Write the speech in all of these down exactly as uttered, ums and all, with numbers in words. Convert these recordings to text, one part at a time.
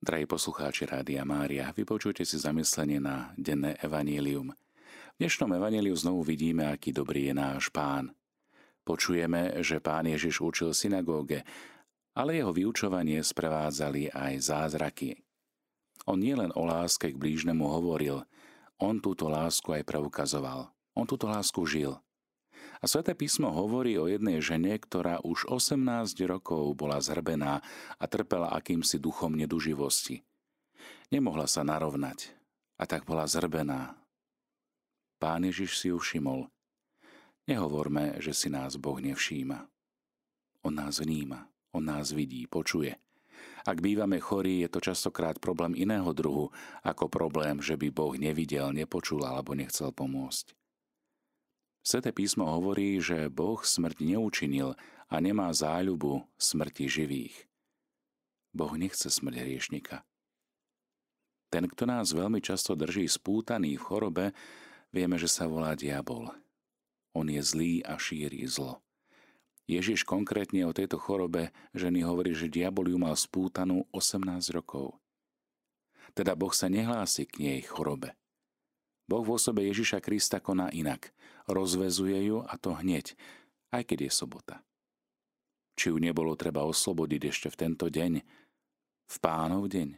Drahí poslucháči Rádia Mária, vypočujte si zamyslenie na denné evanjelium. V dnešnom evanjeliu znovu vidíme, aký dobrý je náš Pán. Počujeme, že Pán Ježiš učil v synagóge, ale jeho vyučovanie sprevádzali aj zázraky. On nielen o láske k blížnemu hovoril, on túto lásku aj preukazoval. On túto lásku žil. A Sväté písmo hovorí o jednej žene, ktorá už osemnásť rokov bola zhrbená a trpela akýmsi duchom neduživosti. Nemohla sa narovnať a tak bola zhrbená. Pán Ježiš si ju všimol. Nehovorme, že si nás Boh nevšíma. On nás vníma, on nás vidí, počuje. Ak bývame chorí, je to častokrát problém iného druhu, ako problém, že by Boh nevidel, nepočul alebo nechcel pomôcť. Sväté písmo hovorí, že Boh smrť neučinil a nemá záľubu smrti živých. Boh nechce smrť hriešnika. Ten, kto nás veľmi často drží spútaný v chorobe, vieme, že sa volá diabol. On je zlý a šíri zlo. Ježiš konkrétne o tejto chorobe ženy hovorí, že diabol ju mal spútanú osemnásť rokov. Teda Boh sa nehlási k nej chorobe. Boh v osobe Ježiša Krista koná inak. Rozvezuje ju a to hneď, aj keď je sobota. Či ju nebolo treba oslobodiť ešte v tento deň, v Pánov deň?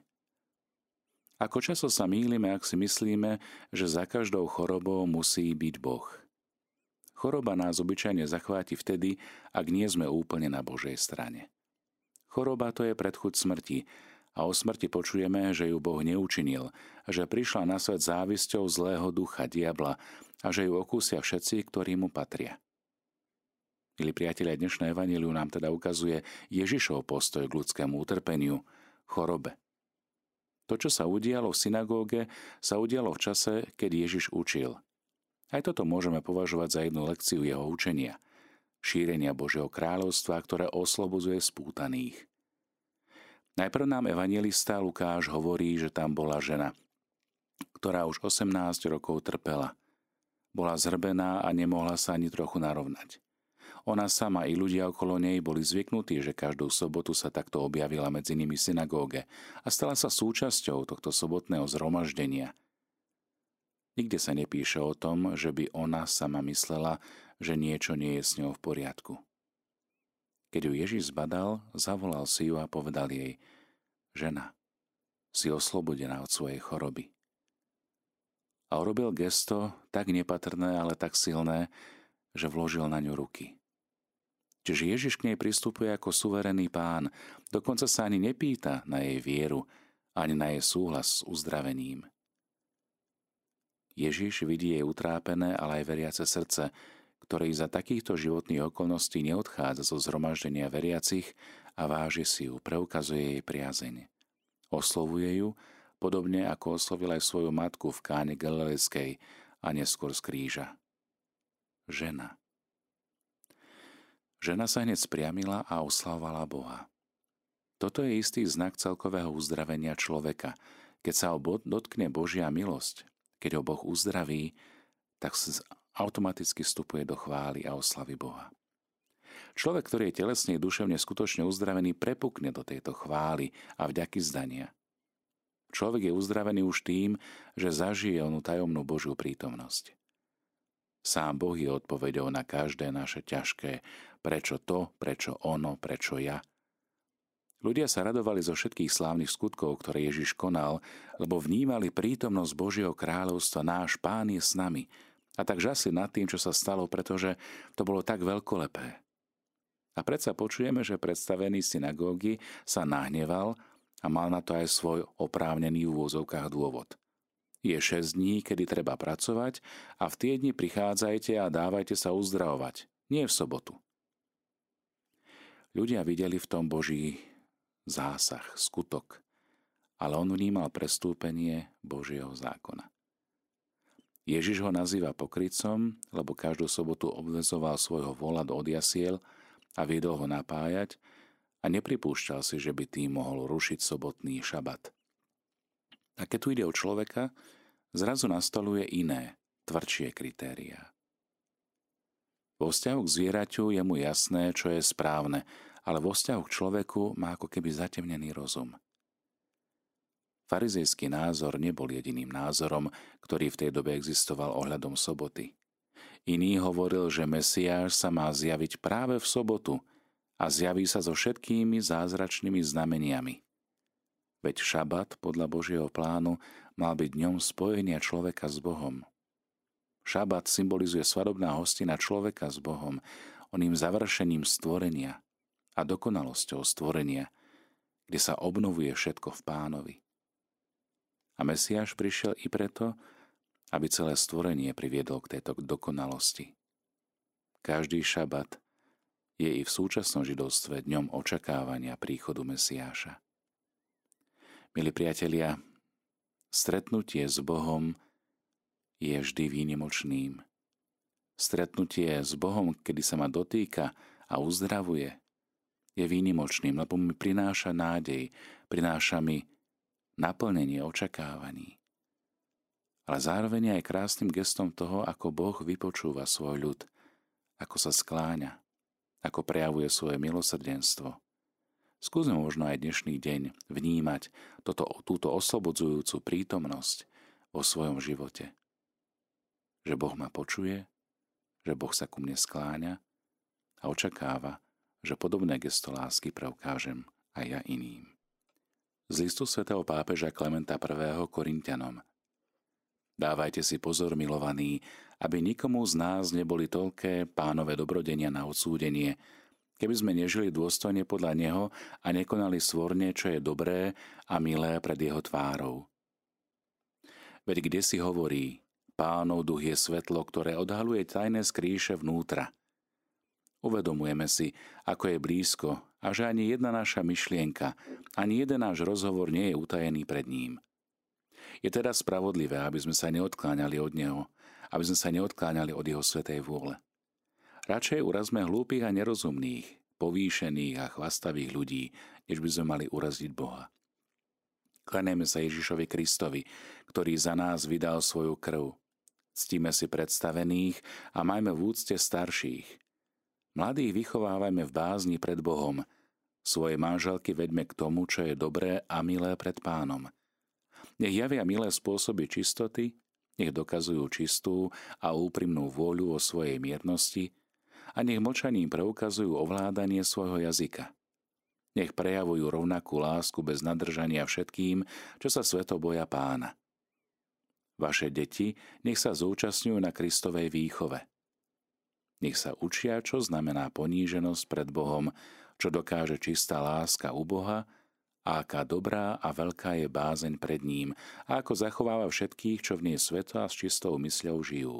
Ako často sa mýlime, ak si myslíme, že za každou chorobou musí byť Boh. Choroba nás obyčajne zachváti vtedy, ak nie sme úplne na Božej strane. Choroba to je predchuť smrti, a o smrti počujeme, že ju Boh neučinil, že prišla na svet závisťou zlého ducha, diabla, a že ju okúsia všetci, ktorí mu patria. Milí priatelia, dnešné evanjelium nám teda ukazuje Ježišov postoj k ľudskému utrpeniu, chorobe. To, čo sa udialo v synagóge, sa udialo v čase, keď Ježiš učil. Aj toto môžeme považovať za jednu lekciu jeho učenia, šírenia Božieho kráľovstva, ktoré oslobodzuje spútaných. Najprv nám evanjelista Lukáš hovorí, že tam bola žena, ktorá už osemnásť rokov trpela. Bola zhrbená a nemohla sa ani trochu narovnať. Ona sama i ľudia okolo nej boli zvyknutí, že každú sobotu sa takto objavila medzi nimi v synagóge a stala sa súčasťou tohto sobotného zhromaždenia. Nikde sa nepíše o tom, že by ona sama myslela, že niečo nie je s ňou v poriadku. Keď ju Ježiš zbadal, zavolal si ju a povedal jej: žena, si oslobodená od svojej choroby. A urobil gesto tak nepatrné, ale tak silné, že vložil na ňu ruky. Čiže Ježiš k nej pristupuje ako suverénny Pán, dokonca sa ani nepýta na jej vieru, ani na jej súhlas s uzdravením. Ježiš vidí jej utrápené, ale aj veriace srdce, ktorý za takýchto životných okolností neodchádza zo zhromaždenia veriacich a váži si ju, preukazuje jej priazeň. Oslovuje ju, podobne ako oslovil aj svoju matku v Káne Galilejskej a neskôr z kríža. Žena. Žena sa hneď spriamila a oslavovala Boha. Toto je istý znak celkového uzdravenia človeka. Keď sa ho dotkne Božia milosť, keď ho Boh uzdraví, tak sa automaticky vstupuje do chvály a oslavy Boha. Človek, ktorý je telesne i duševne skutočne uzdravený, prepukne do tejto chvály a vďaky zdania. Človek je uzdravený už tým, že zažije onú tajomnú Božiu prítomnosť. Sám Boh je odpoveďou na každé naše ťažké prečo to, prečo ono, prečo ja. Ľudia sa radovali zo všetkých slávnych skutkov, ktoré Ježiš konal, lebo vnímali prítomnosť Božieho kráľovstva, náš Pán je s nami. A tak žasli nad tým, čo sa stalo, pretože to bolo tak veľkolepé. A predsa počujeme, že predstavený synagógy sa nahneval a mal na to aj svoj oprávnený v úvozovkách dôvod. Je šesť dní, kedy treba pracovať a v tie dni prichádzajte a dávajte sa uzdravovať, nie v sobotu. Ľudia videli v tom Boží zásah, skutok, ale on vnímal prestúpenie Božieho zákona. Ježiš ho nazýva pokrytcom, lebo každú sobotu obvezoval svojho vola od jasiel a viedol ho napájať a nepripúšťal si, že by tým mohol rušiť sobotný šabat. A keď tu ide o človeka, zrazu nastoluje iné, tvrdšie kritériá. Vo vzťahu k zvieraťu je mu jasné, čo je správne, ale vo vzťahu k človeku má ako keby zatemnený rozum. Farizejský názor nebol jediným názorom, ktorý v tej dobe existoval ohľadom soboty. Iný hovoril, že Mesiáš sa má zjaviť práve v sobotu a zjaví sa so všetkými zázračnými znameniami. Veď šabat podľa Božieho plánu mal byť dňom spojenia človeka s Bohom. Šabat symbolizuje svadobná hostina človeka s Bohom, oným završením stvorenia a dokonalosťou stvorenia, kde sa obnovuje všetko v Pánovi. A Mesiáš prišiel i preto, aby celé stvorenie priviedol k tejto dokonalosti. Každý šabat je i v súčasnom židovstve dňom očakávania príchodu Mesiáša. Milí priatelia, stretnutie s Bohom je vždy výnimočným. Stretnutie s Bohom, kedy sa ma dotýka a uzdravuje, je výnimočným, lebo mi prináša nádej, prináša mi naplnenie očakávaní. Ale zároveň aj krásnym gestom toho, ako Boh vypočúva svoj ľud, ako sa skláňa, ako prejavuje svoje milosrdenstvo. Skúsme možno aj dnešný deň vnímať toto, túto oslobodzujúcu prítomnosť vo svojom živote. Že Boh ma počuje, že Boh sa ku mne skláňa a očakáva, že podobné gesto lásky preukážem aj ja iným. Z listu svätého pápeža Klementa I. Korinťanom. Dávajte si pozor, milovaní, aby nikomu z nás neboli toľké Pánove dobrodenia na odsúdenie, keby sme nežili dôstojne podľa Neho a nekonali svorne, čo je dobré a milé pred Jeho tvárou. Veď kde si hovorí, Pánov duch je svetlo, ktoré odhaluje tajné skrýše vnútra. Uvedomujeme si, ako je blízko a že ani jedna naša myšlienka, ani jeden náš rozhovor nie je utajený pred ním. Je teda spravodlivé, aby sme sa neodkláňali od Neho, aby sme sa neodkláňali od Jeho svätej vôle. Radšej urazme hlúpych a nerozumných, povýšených a chvastavých ľudí, než by sme mali uraziť Boha. Klanejme sa Ježišovi Kristovi, ktorý za nás vydal svoju krv. Ctíme si predstavených a majme v úcte starších. Mladých vychovávajme v bázni pred Bohom. Svoje manželky veďme k tomu, čo je dobré a milé pred Pánom. Nech javia milé spôsoby čistoty, nech dokazujú čistú a úprimnú vôľu o svojej miernosti a nech mlčaním preukazujú ovládanie svojho jazyka. Nech prejavujú rovnakú lásku bez nadržania všetkým, čo sa sveto boja Pána. Vaše deti nech sa zúčastňujú na Kristovej výchove. Nech sa učia, čo znamená poníženosť pred Bohom, čo dokáže čistá láska u Boha a aká dobrá a veľká je bázeň pred ním a ako zachováva všetkých, čo v nej sveto a s čistou mysľou žijú.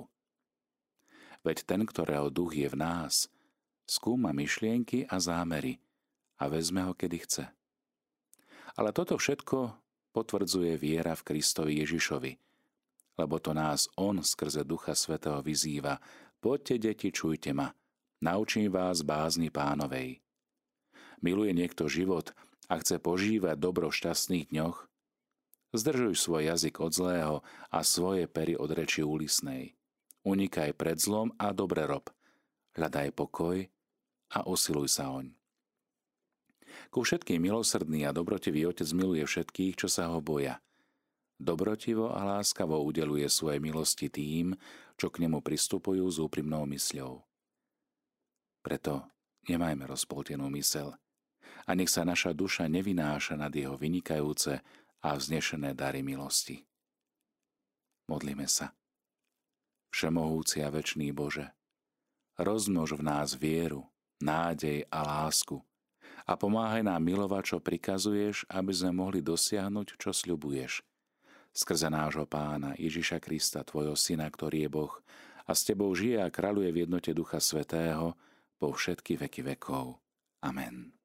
Veď ten, ktorého duch je v nás, skúma myšlienky a zámery a vezme ho, kedy chce. Ale toto všetko potvrdzuje viera v Kristovi Ježišovi, lebo to nás On skrze Ducha Svätého vyzýva: poďte, deti, čujte ma, naučím vás bázni Pánovej. Miluje niekto život a chce požívať dobro v šťastných dňoch? Zdržuj svoj jazyk od zlého a svoje pery od reči úlisnej. Unikaj pred zlom a dobre rob. Hľadaj pokoj a usiluj sa oň. Ku všetkým milosrdný a dobrotivý Otec miluje všetkých, čo sa ho boja. Dobrotivo a láskavo udeluje svoje milosti tým, čo k nemu pristupujú s úprimnou mysľou. Preto nemajme rozpoltenú myseľ a nech sa naša duša nevynáša nad jeho vynikajúce a vznešené dary milosti. Modlíme sa. Všemohúci a večný Bože, rozmnož v nás vieru, nádej a lásku a pomáhaj nám milovať, čo prikazuješ, aby sme mohli dosiahnuť, čo sľubuješ. Skrze nášho Pána Ježiša Krista, Tvojho Syna, ktorý je Boh a s Tebou žije a kráľuje v jednote Ducha Svätého po všetky veky vekov. Amen.